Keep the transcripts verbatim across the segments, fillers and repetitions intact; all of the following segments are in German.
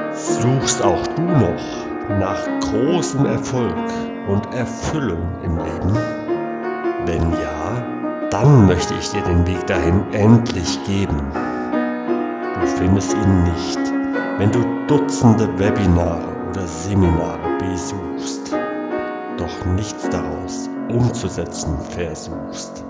Suchst auch du noch nach großem Erfolg und Erfüllung im Leben? Wenn ja, dann möchte ich dir den Weg dahin endlich geben. Du findest ihn nicht, wenn du Dutzende Webinare oder Seminare besuchst, doch nichts daraus umzusetzen versuchst.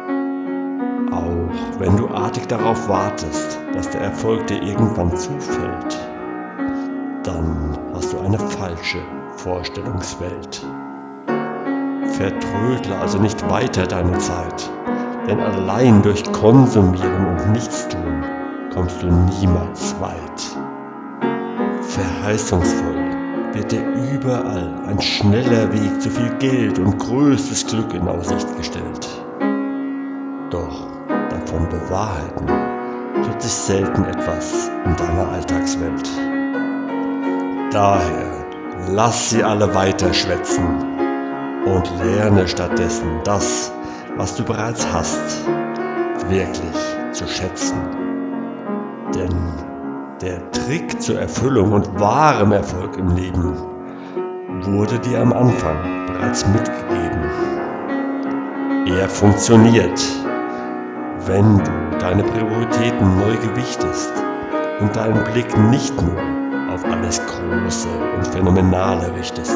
Auch wenn du artig darauf wartest, dass der Erfolg dir irgendwann zufällt, dann hast du eine falsche Vorstellungswelt. Vertrödle also nicht weiter deine Zeit, denn allein durch Konsumieren und Nichtstun kommst du niemals weit. Verheißungsvoll wird dir überall ein schneller Weg zu viel Geld und größtes Glück in Aussicht gestellt. Doch davon bewahrheiten tut sich selten etwas in deiner Alltagswelt. Daher lass sie alle weiter schwätzen und lerne stattdessen das, was du bereits hast, wirklich zu schätzen. Denn der Trick zur Erfüllung und wahrem Erfolg im Leben wurde dir am Anfang bereits mitgegeben. Er funktioniert, wenn du deine Prioritäten neu gewichtest und deinen Blick nicht nur auf alles Große und Phänomenale richtest.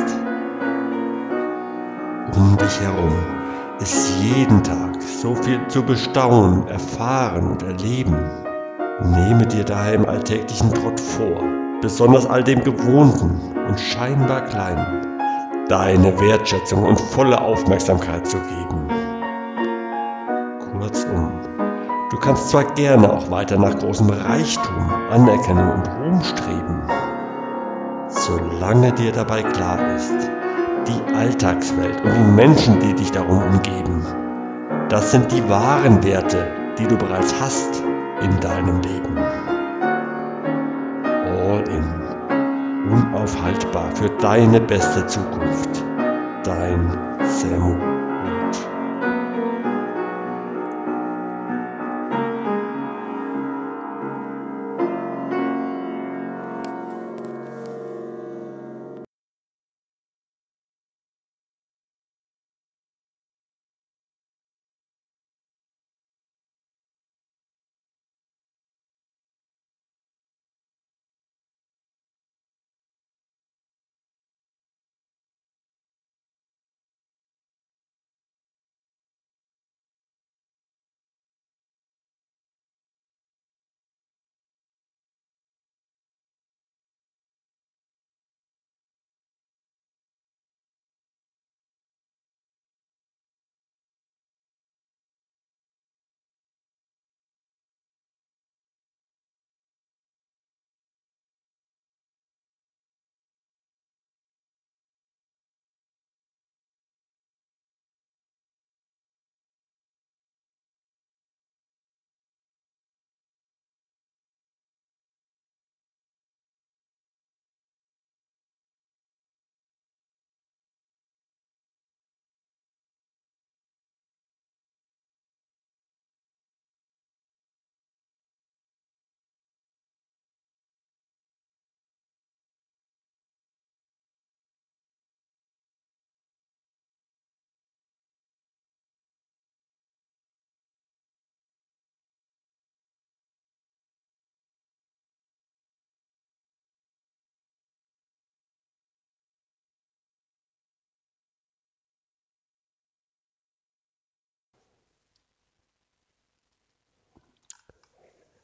Um dich herum ist jeden Tag so viel zu bestaunen, erfahren und erleben. Nehme dir daher im alltäglichen Trott vor, besonders all dem Gewohnten und scheinbar Kleinen, deine Wertschätzung und volle Aufmerksamkeit zu geben. Kurzum, du kannst zwar gerne auch weiter nach großem Reichtum, Anerkennung und Ruhm streben, solange dir dabei klar ist, die Alltagswelt und die Menschen, die dich darum umgeben, das sind die wahren Werte, die du bereits hast in deinem Leben. All in, unaufhaltbar für deine beste Zukunft. Dein Sermo.